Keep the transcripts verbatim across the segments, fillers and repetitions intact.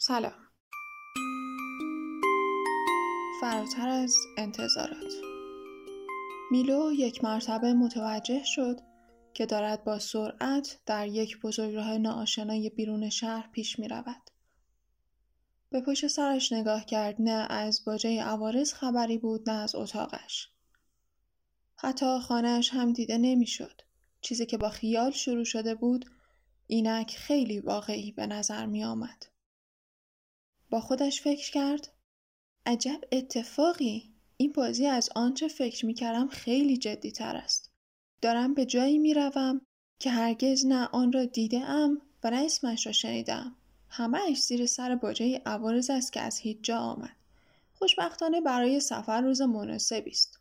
سلام. فراتر از انتظارات. میلو یک مرتبه متوجه شد که دارد با سرعت در یک بزرگراه ناآشنای بیرون شهر پیش می رود. به پشت سرش نگاه کرد، نه از باجه عوارض خبری بود نه از اتاقش. حتی خانه‌اش هم دیده نمی شد. چیزی که با خیال شروع شده بود اینک خیلی واقعی به نظر می آمد. با خودش فکر کرد عجب اتفاقی، این بازی از آنچه فکر می کردم خیلی جدی تر است. دارم به جایی می روم که هرگز نه آن را دیده ام و نه اسمش را شنیدم. همه اش زیر سر باجه عوارض است که از هیچ جا آمد. خوشبختانه برای سفر روز مناسبی است.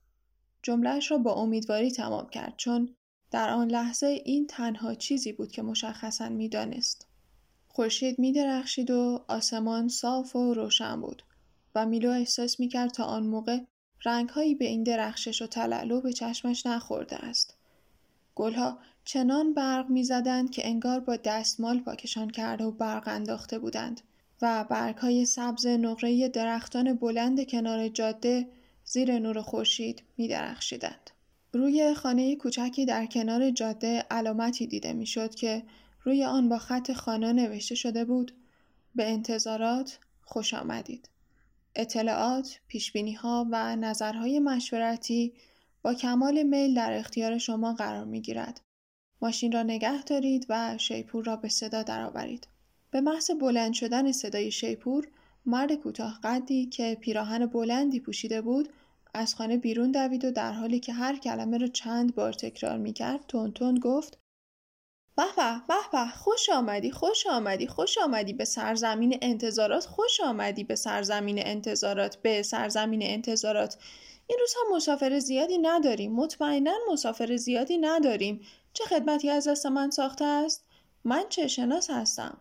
جمله‌اش را با امیدواری تمام کرد، چون در آن لحظه این تنها چیزی بود که مشخصاً می دانست. خورشید می درخشید و آسمان صاف و روشن بود و میلو احساس می کرد تا آن موقع رنگهایی به این درخشش و تلالو به چشمش نخورده است. گلها چنان برق می زدند که انگار با دستمال پاکشان کرده و برق انداخته بودند و برگهای سبز نقره‌ای درختان بلند کنار جاده زیر نور خورشید می درخشیدند. روی خانه کوچکی در کنار جاده علامتی دیده می شد که روی آن با خط خانا نوشته شده بود: به انتظارات خوش آمدید. اطلاعات، پیشبینی‌ها و نظرهای مشورتی با کمال میل در اختیار شما قرار می‌گیرد. ماشین را نگه دارید و شیپور را به صدا درآورید. به محض بلند شدن صدای شیپور، مرد کوتاه قدی که پیراهن بلندی پوشیده بود از خانه بیرون دوید و در حالی که هر کلمه را چند بار تکرار می‌کرد تون تون گفت: به به به به، خوش آمدی خوش آمدی خوش آمدی به سرزمین انتظارات، خوش آمدی به سرزمین انتظارات به سرزمین انتظارات. این روزها مسافر زیادی نداریم، مطمئناً مسافر زیادی نداریم. چه خدمتی از دست من ساخته است؟ من چه شناس هستم.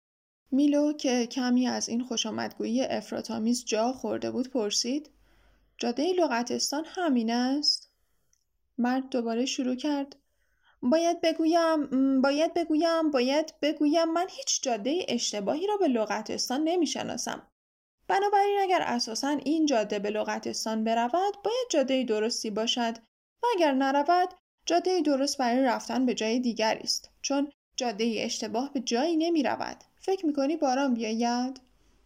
میلو که کمی از این خوشامدگویی افراط‌آمیز جا خورده بود پرسید: جاده لغتستان همین است؟ مرد دوباره شروع کرد: باید بگویم باید بگویم باید بگویم من هیچ جاده اشتباهی را به لغتستان نمیشناسم. بنابراین اگر اساساً این جاده به لغتستان برود باید جاده درستی باشد و اگر نرود جاده درست برای رفتن به جای دیگری است، چون جاده اشتباه به جایی نمی رود. فکر میکنی باران بیاید؟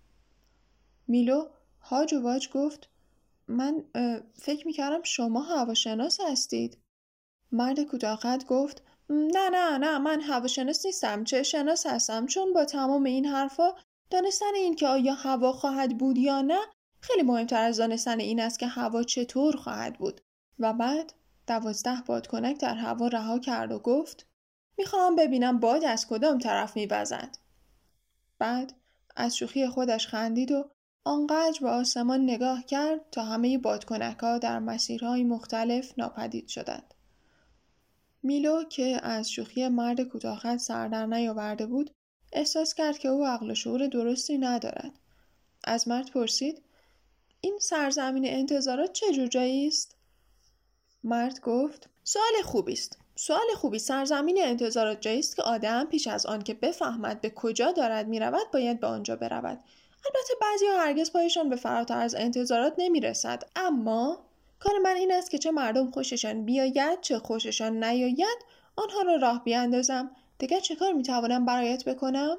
میلو هاج و واج گفت: من فکر میکردم شما هواشناس هستید. مرد کوتاه گفت: نه نه نه من هواشناس نیستم، چه شناس هستم، چون با تمام این حرفا دانستن این که آیا هوا خواهد بود یا نه خیلی مهمتر از دانستن این است که هوا چطور خواهد بود. و بعد دوازده بادکنک در هوا رها کرد و گفت: میخوام ببینم باد از کدام طرف میوزد. بعد از شوخی خودش خندید و آنقدر به آسمان نگاه کرد تا همه بادکنک‌ها در مسیرهای مختلف ناپدید شدند. میلو که از شوخی مرد کوتاه سر در نیاورده بود احساس کرد که او عقل و شعور درستی ندارد. از مرد پرسید: این سرزمین انتظارات چه جور جایی است؟ مرد گفت: سوال خوبی است. سوال خوبی. سرزمین انتظارات جایی است که آدم پیش از آن که بفهمد به کجا دارد میرود باید به آنجا برود. البته بعضی‌ها هرگز پایشان به فراتر از انتظارات نمیرسد، اما کار من این است که چه مردم خوششان بیاید چه خوششان نیاید آنها را راه بیاندازم. دیگر چه کار میتوانم برایت بکنم؟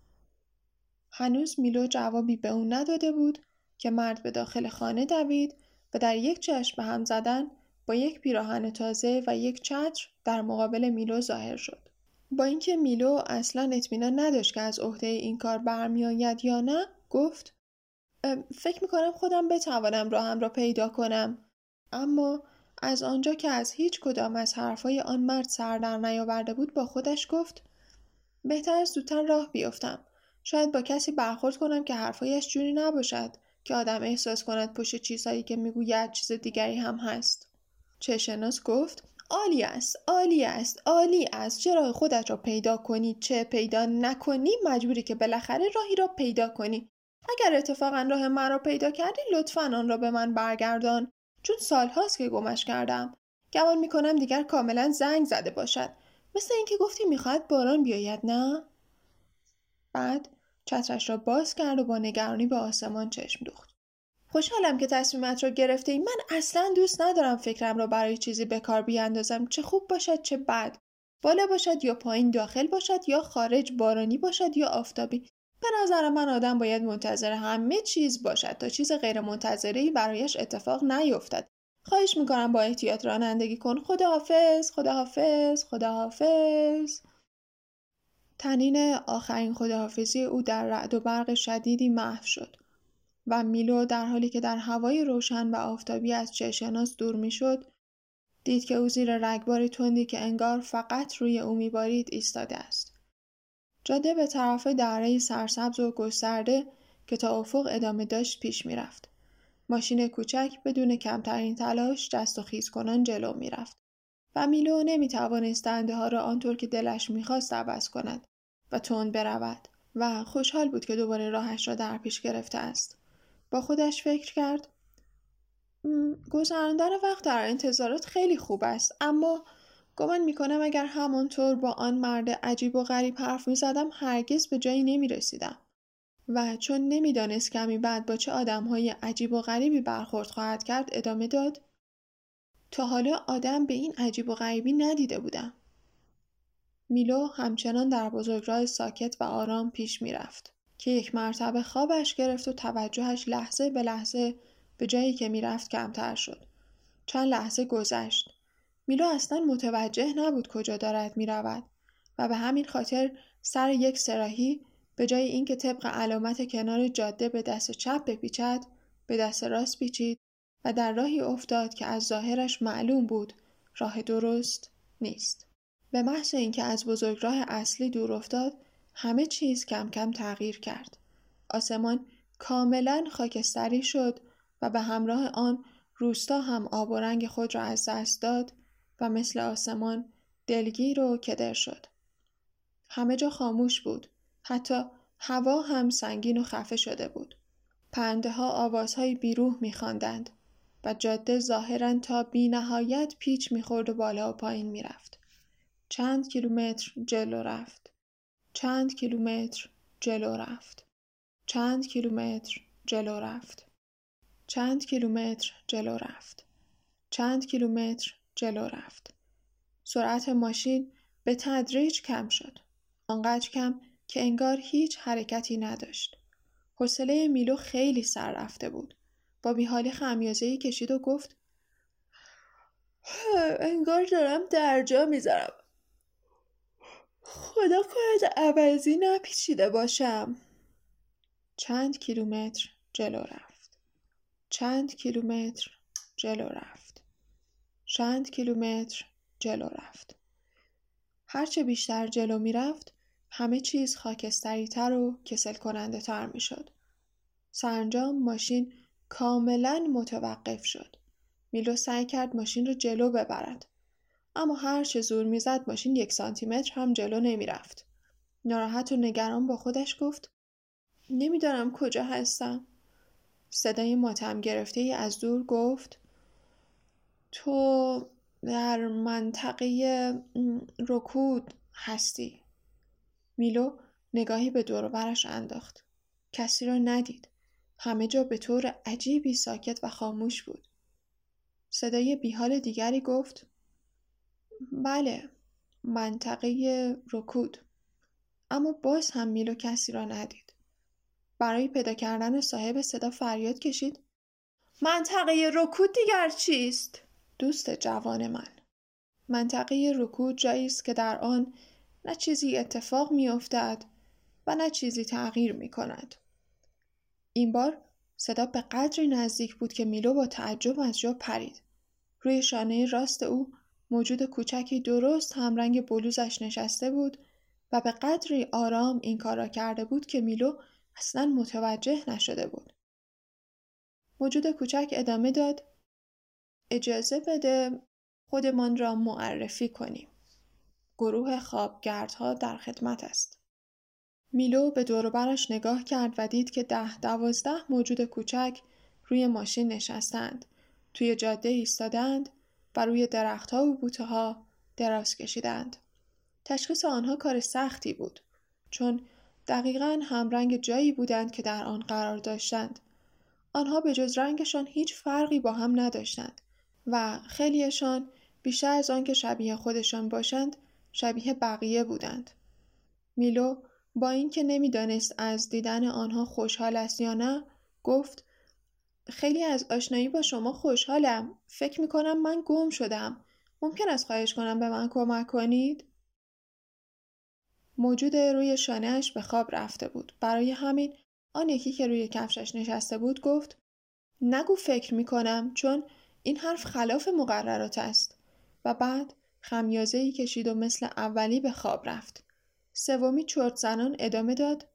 هنوز میلو جوابی به اون نداده بود که مرد به داخل خانه دوید و در یک چشم به هم زدن با یک پیراهن تازه و یک چتر در مقابل میلو ظاهر شد. با اینکه میلو اصلا اطمینان نداشت که از عهده این کار برمیآید یا نه، گفت: فکر میکنم خودم بتوانم راهم را پیدا کنم. اما از آنجا که از هیچ کدام از حرفای آن مرد سر در نیاورده بود با خودش گفت: بهتر زودتر راه بیفتم. شاید با کسی برخورد کنم که حرفایش جوری نباشد که آدم احساس کند پشت چیزهایی که میگوید چیز دیگری هم هست. چشناس گفت: عالی است، عالی است، عالی است. چه راه خودت را پیدا کنی چه پیدا نکنی مجبوری که بالاخره راهی را پیدا کنی. اگر اتفاقا راه من را پیدا کردی لطفاً آن را به من برگردان، چون سالهاست که گمش کردم. گمان میکنم دیگر کاملا زنگ زده باشد. مثل اینکه گفتی میخواد باران بیاید، نه؟ بعد چترش را باز کرد و با نگرانی به آسمان چشم دوخت. خوشحالم که تصمیمت را گرفته ای. من اصلا دوست ندارم فکرم را برای چیزی به کار بیاندازم، چه خوب باشد چه بد. بالا باشد یا پایین، داخل باشد یا خارج، بارانی باشد یا آفتابی. به نظر من آدم باید منتظر همه چیز باشد تا چیز غیر منتظره‌ای برایش اتفاق نیفتد. خواهش میکنم با احتیاط رانندگی کن. خداحافظ، خداحافظ، خداحافظ. طنین آخرین خداحافظی او در رعد و برق شدیدی محو شد و میلو در حالی که در هوای روشن و آفتابی از چشم‌شناس دور میشد، دید که او زیر رگبار تندی که انگار فقط روی او میبارید ایستاده است. جاده به طرف دره سرسبز و گسترده که تا افق ادامه داشت پیش میرفت. ماشین کوچک بدون کمترین تلاش جست و خیز کنان جلو میرفت و میلو نمیتوانست دنده ها را آنطور که دلش میخواست عوض کند و تند برود و خوشحال بود که دوباره راهش را در پیش گرفته است. با خودش فکر کرد گذراندن وقت در انتظارات خیلی خوب است، اما گمان میکنم اگر همانطور با آن مرد عجیب و غریب حرف میزدم هرگز به جایی نمیرسیدم. و چون نمیدانست کمی بعد با چه آدمهای عجیب و غریبی برخورد خواهد کرد ادامه داد: تا حالا آدم به این عجیب و غریبی ندیده بودم. میلو همچنان در بزرگراه ساکت و آرام پیش میرفت که یک مرتبه خوابش گرفت و توجهش لحظه به لحظه به جایی که میرفت کمتر شد. چند لحظه گذشت. میلو اصلا متوجه نبود کجا دارد میرود و به همین خاطر سر یک سراحی به جای اینکه طبق علامت کنار جاده به دست چپ بپیچد، به دست راست پیچید و در راهی افتاد که از ظاهرش معلوم بود راه درست نیست. به محض اینکه از بزرگراه اصلی دور افتاد، همه چیز کم کم تغییر کرد. آسمان کاملا خاکستری شد و به همراه آن روستا هم آب و رنگ خود را از دست داد و مثل آسمان دلگیر و کدر شد. همه جا خاموش بود. حتی هوا هم سنگین و خفه شده بود. پرنده ها آوازهای بیروح می‌خواندند و جاده ظاهراً تا بی نهایت پیچ می‌خورد و بالا و پایین می‌رفت. چند کیلومتر جلو رفت. چند کیلومتر جلو رفت. چند کیلومتر جلو رفت. چند کیلومتر جلو رفت. چند کیلومتر جلو رفت. سرعت ماشین به تدریج کم شد. آنقدر کم که انگار هیچ حرکتی نداشت. حوصله میلو خیلی سر رفته بود. با بیحالی خمیازه‌ای کشید و گفت: انگار دارم درجا میذارم. خدا کنه عوضی نپیچیده باشم. چند کیلومتر جلو رفت. چند کیلومتر جلو رفت. چند کیلومتر جلو رفت. هرچه بیشتر جلو می رفت، همه چیز خاکستری تر و کسل کننده تر می شد. سرانجام ماشین کاملا متوقف شد. میلو سعی کرد ماشین رو جلو ببرد. اما هر چه زور می زد ماشین یک سانتی متر هم جلو نمی رفت. ناراحت و نگران با خودش گفت: نمیدانم کجا هستم. صدای ماتم گرفته ای از دور گفت: تو در منطقه رکود هستی. میلو نگاهی به دور و برش انداخت. کسی را ندید. همه جا به طور عجیبی ساکت و خاموش بود. صدای بیحال دیگری گفت: بله، منطقه رکود. اما باز هم میلو کسی را ندید. برای پیدا کردن صاحب صدا فریاد کشید: منطقه رکود دیگر چیست؟ دوست جوان من، منطقه رکود جایی است که در آن نه چیزی اتفاق می افتد و نه چیزی تغییر می کند. این بار صدا به قدری نزدیک بود که میلو با تعجب از جا پرید. روی شانه راست او موجود کوچکی درست همرنگ بلوزش نشسته بود و به قدری آرام این کار را کرده بود که میلو اصلاً متوجه نشده بود. موجود کوچک ادامه داد: اجازه بده خودمان را معرفی کنیم. گروه خوابگردها در خدمت است. میلو به دور و برش نگاه کرد و دید که ده دوازده موجود کوچک روی ماشین نشستند، توی جاده ایستادند و روی درختها و بوته‌ها دراز کشیدند. تشخیص آنها کار سختی بود، چون دقیقاً همرنگ جایی بودند که در آن قرار داشتند. آنها به جز رنگشان هیچ فرقی با هم نداشتند و خیلیشان بیشتر از آن که شبیه خودشان باشند شبیه بقیه بودند. میلو با اینکه نمیدانست از دیدن آنها خوشحال است یا نه گفت خیلی از آشنایی با شما خوشحالم. فکر میکنم من گم شدم. ممکن است خواهش کنم به من کمک کنید؟ موجود روی شانه‌اش به خواب رفته بود. برای همین آن یکی که روی کفشش نشسته بود گفت نگو فکر میکنم، چون این حرف خلاف مقررات است. و بعد خمیازه‌ای کشید و مثل اولی به خواب رفت. سومی چرت زنان ادامه داد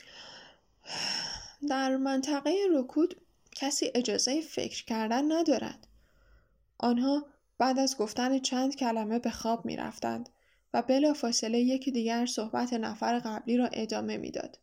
در منطقه رکود کسی اجازه فکر کردن ندارد. آنها بعد از گفتن چند کلمه به خواب می رفتند و بلافاصله یکی دیگر صحبت نفر قبلی را ادامه می داد.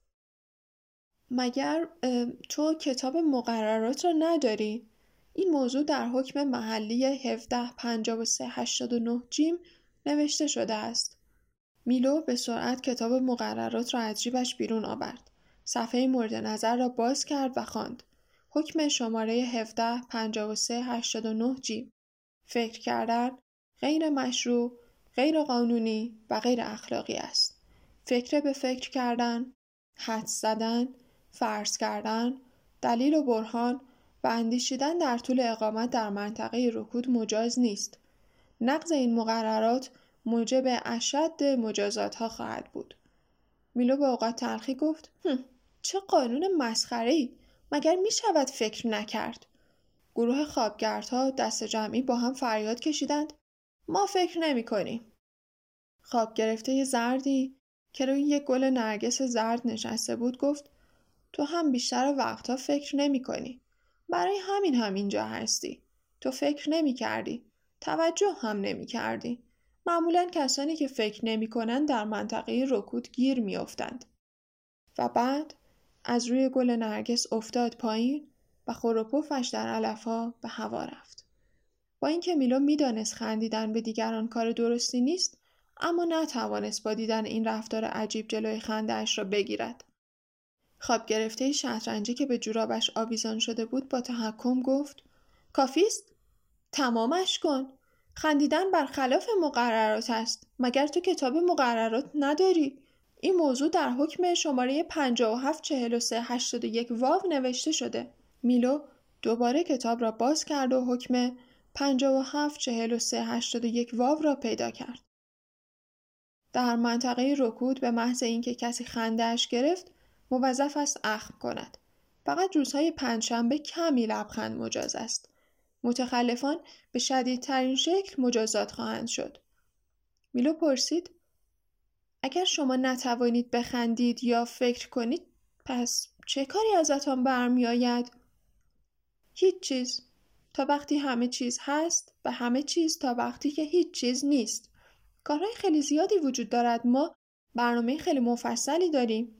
مگر تو کتاب مقررات را نداری؟ این موضوع در حکم محلی هفده پنجاه و سه هشتاد و نه جیم نوشته شده است. میلو به سرعت کتاب مقررات را از جیبش بیرون آورد. صفحه مورد نظر را باز کرد و خواند. حکم شماره هفده پنجاه و سه هشتاد و نه جیم. فکر کردن غیر مشروع، غیر قانونی و غیر اخلاقی است. فکر به فکر کردن، حدس زدن، فرض کردن، دلیل و برهان و اندیشیدن در طول اقامت در منطقه رکود مجاز نیست. نقض این مقررات موجب اشد مجازات ها خواهد بود. میلو با اوقات تلخی گفت چه قانون مسخره‌ای، مگر می شود فکر نکرد؟ گروه خوابگردها دست جمعی با هم فریاد کشیدند ما فکر نمی کنیم. خواب گرفته زردی که روی یک گل نرگس زرد نشسته بود گفت تو هم بیشتر وقتها فکر نمی کنی. برای همین هم اینجا هستی. تو فکر نمی کردی. توجه هم نمی کردی. معمولاً کسانی که فکر نمی کنند در منطقه رکود گیر می افتند. و بعد از روی گل نرگس افتاد پایین و خور و پفش در علفها به هوا رفت. با اینکه میلو می دانست خندیدن به دیگران کار درستی نیست، اما نتوانست با دیدن این رفتار عجیب جلوی خنده‌اش را بگیرد. خواب گرفته شطرنجی که به جورابش آویزان شده بود با تحکم گفت کافیست؟ تمامش کن. خندیدن برخلاف مقررات است. مگر تو کتاب مقررات نداری؟ این موضوع در حکم شماره پنجاه و هفت چهل و سه هشتاد و یک واو نوشته شده. میلو دوباره کتاب را باز کرد و حکم پنجاه و هفت چهل و سه هشتاد و یک واو را پیدا کرد. در منطقه رکود به محض اینکه کسی خنده‌اش گرفت موظف است اخم کند. فقط روزهای پنجشنبه کمی لبخند مجاز است. متخلفان به شدیدترین شکل مجازات خواهند شد. میلو پرسید اگر شما نتوانید بخندید یا فکر کنید پس چه کاری ازتان برمی آید؟ هیچ چیز. تا وقتی همه چیز هست و همه چیز تا وقتی که هیچ چیز نیست. کارهای خیلی زیادی وجود دارد. ما برنامه خیلی مفصلی داریم.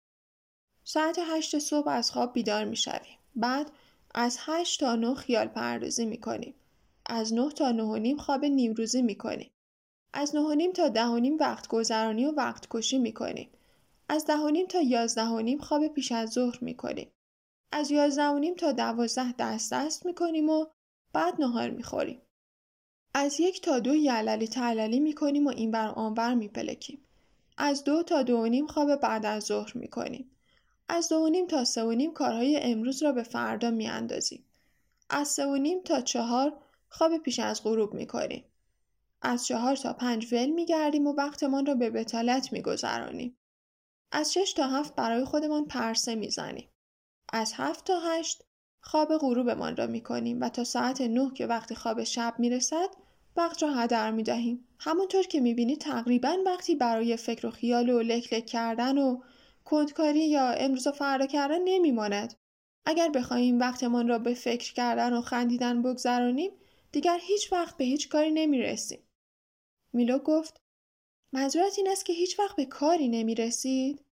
ساعت هشت صبح از خواب بیدار می شویم. بعد از هشت تا نه خیال پردازی می کنیم. از نه تا نه و نیم خواب نیمروزی می کنیم. از نه و نیم تا ده و نیم وقت گذرانی و وقت کشی می کنیم. از ده و نیم تا یازده و نیم خواب پیش از ظهر می کنیم. از یازده و نیم تا دوازده دست دست می کنیم و بعد نهار می خوریم. از یک تا دو یللی تعللی می کنیم و این بر آن بر می پلکیم. از دو تا دو و نیم خواب بعد از ظهر می کنیم. از دو و نیم تا سه و نیم کارهای امروز را به فردا می اندازیم. از سه و نیم تا چهار خواب پیش از غروب می کنیم. از چهار تا پنج ول می گردیم و وقتمان را به بتالت می گذرانیم. از شش تا هفت برای خودمان پرسه می زنیم. از هفت تا هشت خواب غروبمان را می کنیم و تا ساعت نه که وقت خواب شب می رسد وقت را هدر می دهیم. همونطور که می بینی تقریباً وقتی برای فکر و خیال و لک لک کردن و کندکاری یا امروز و فردا کردن نمی ماند. اگر بخواهیم وقتمان را به فکر کردن و خندیدن بگذرانیم دیگر هیچ وقت به هیچ کاری نمی رسیم. میلو گفت منظورت این است که هیچ وقت به کاری نمی رسید؟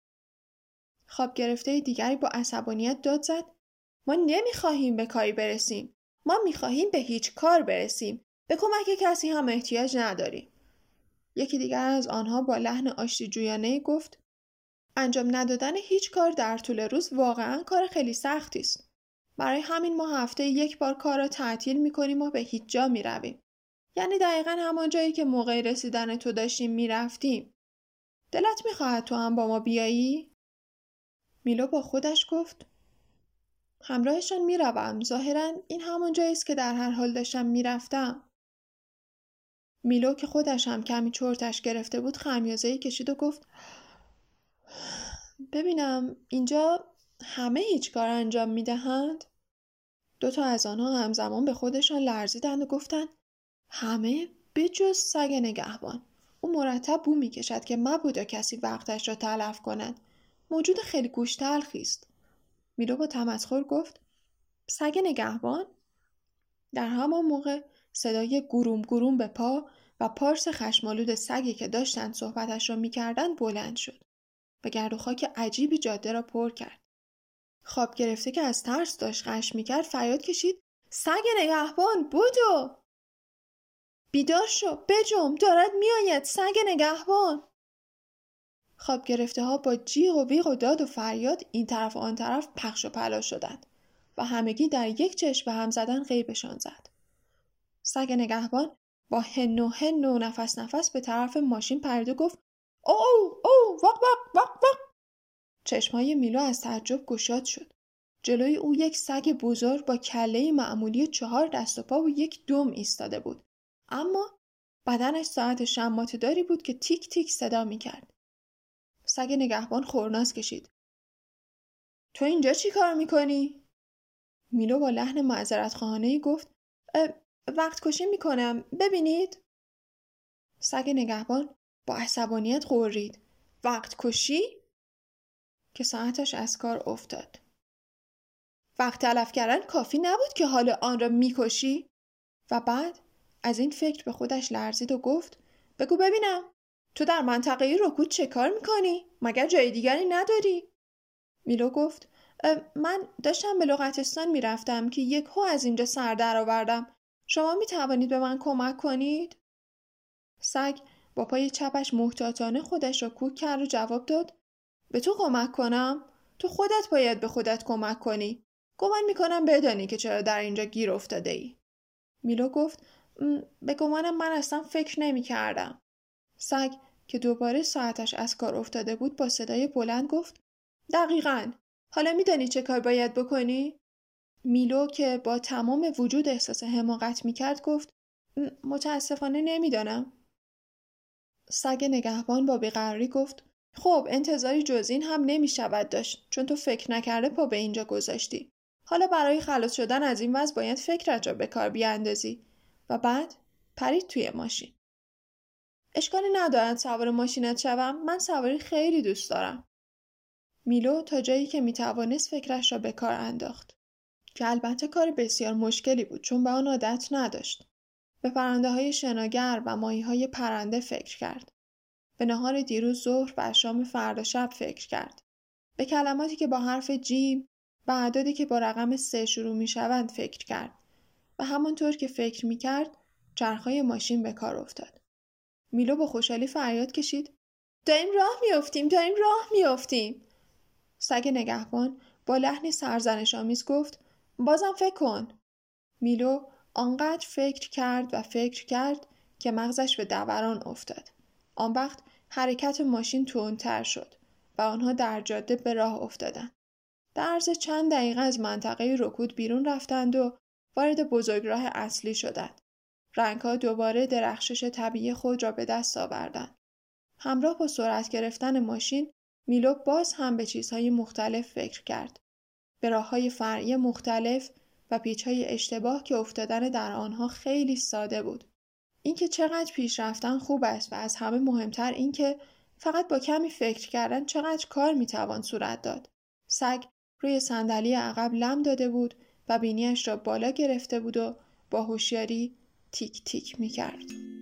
خواب گرفته دیگری با عصبانیت داد زد ما نمی خواهیم به کاری برسیم. ما می خواهیم به هیچ کار برسیم. به کمک کسی هم احتیاج نداریم. یکی دیگر از آنها با لحن آشتی جویانه گفت انجام ندادن هیچ کار در طول روز واقعاً کار خیلی سختی است. برای همین ما هفته یک بار کار را تعطیل می‌کنیم و به هیچ جا می‌رویم. یعنی دقیقاً همان جایی که موقع رسیدن تو داشتیم می‌رفتیم. دلت می‌خواهد تو هم با ما بیایی؟ میلو با خودش گفت همراهشان می‌روم. ظاهراً این همان جایی است که در هر حال داشتم می‌رفتم. میلو که خودش هم کمی چرتش گرفته بود خمیازه‌ای کشید و گفت ببینم اینجا همه هیچ کار انجام می‌دهند؟ دوتا از آنها همزمان به خودشان لرزیدند و گفتند همه بجز سگ نگهبان. او مرتب بو می‌کشد که مبادا کسی وقتش را تلف کند. موجود خیلی گوش تلخی است. میلو با تمسخر گفت سگ نگهبان؟ در همان موقع صدای گروم گروم به پا و پارس خشمالود سگی که داشتند صحبتش را می‌کردند بلند شد و گرد و خاک عجیبی جاده را پر کرد. خواب گرفته که از ترس داشت غش می‌کرد فریاد کشید سگ نگهبان بدو! بیدار شو، بجنب، دارد میآید، سگ نگهبان! خواب گرفته ها با جیغ و ویغ و داد و فریاد این طرف و آن طرف پخش و پلا شدند و همگی در یک چشم به هم زدن غیبشان زد. سگ نگهبان با هن و هن و نفس نفس به طرف ماشین پرید و گفت او او او وق وق وق وق. چشمهای میلو از تعجب گشاد شد. جلوی او یک سگ بزرگ با کله معمولی چهار دست و پا و یک دم ایستاده بود. اما بدنش ساعت شماته داری بود که تیک تیک صدا می کرد. سگ نگهبان خورناس کشید. تو اینجا چی کار می کنی؟ میلو با لحن معذرت خواهانه‌ای گفت وقت کشی می کنم، ببینید؟ سگ نگهبان با عصبانیت غرید. وقت کشی؟ که ساعتش از کار افتاد. وقت تلف کردن کافی نبود که حال آن را می کشی؟ و بعد از این فکر به خودش لرزید و گفت بگو ببینم تو در منطقه رکود چه کار میکنی؟ مگر جای دیگری نداری؟ میلو گفت من داشتم به لغتستان میرفتم که یک هو از اینجا سر در آوردم. شما میتوانید به من کمک کنید؟ سگ با پای چپش محتاطانه خودش را کوک کرد و جواب داد به تو کمک کنم؟ تو خودت باید به خودت کمک کنی. گمان میکنم بدانی که چرا در اینجا گیر افتاده ای. میلو گفت به گمانم من اصلا فکر نمی کردم. سگ که دوباره ساعتش از کار افتاده بود با صدای بلند گفت دقیقاً. حالا میدانی چه کار باید بکنی؟ میلو که با تمام وجود احساس حماقت میکرد گفت متاسفانه نمیدانم. سگ نگهبان با بیقراری گفت خب انتظاری جز این هم نمیشود داشت چون تو فکر نکرده پا به اینجا گذاشتی. حالا برای خلاص شدن از این وضع باید فکرت را به کار بیاندازی. و بعد پرید توی ماشین. اشکالی ندارد سوار ماشینت شوم، من سواری خیلی دوست دارم. میلو تا جایی که میتوانست فکرش را به کار انداخت. که البته کار بسیار مشکلی بود چون به آن عادت نداشت. به پرنده های شناگر و ماهی های پرنده فکر کرد. به نهار دیروز ظهر و شام فردا شب فکر کرد. به کلماتی که با حرف جیم و اعدادی که با رقم سه شروع می شوند فکر کرد. و همانطور که فکر می کرد چرخهای ماشین به کار افتاد. میلو با خوشحالی فریاد کشید داریم راه می افتیم داریم راه می افتیم. سگ نگهبان با لحنی سرزنش آمیز گفت بازم فکر کن. میلو آنقدر فکر کرد و فکر کرد که مغزش به دوران افتاد. آن وقت حرکت ماشین تندتر شد و آنها در جاده به راه افتادند. در عرض چند دقیقه از منطقه رکود بیرون رفتند و وارد بزرگراه اصلی شدند. رنگ‌ها دوباره درخشش طبیعی خود را به دست آوردند. همراه با سرعت گرفتن ماشین، میلو باز هم به چیزهای مختلف فکر کرد. به راه‌های فرعی مختلف و پیچ‌های اشتباه که افتادن در آنها خیلی ساده بود. اینکه چقدر پیش رفتن خوب است و از همه مهمتر اینکه فقط با کمی فکر کردن چقدر کار میتوان صورت داد. سگ روی صندلی عقب لم داده بود و بینیش را بالا گرفته بود و با هوشیاری تیک تیک میکرد.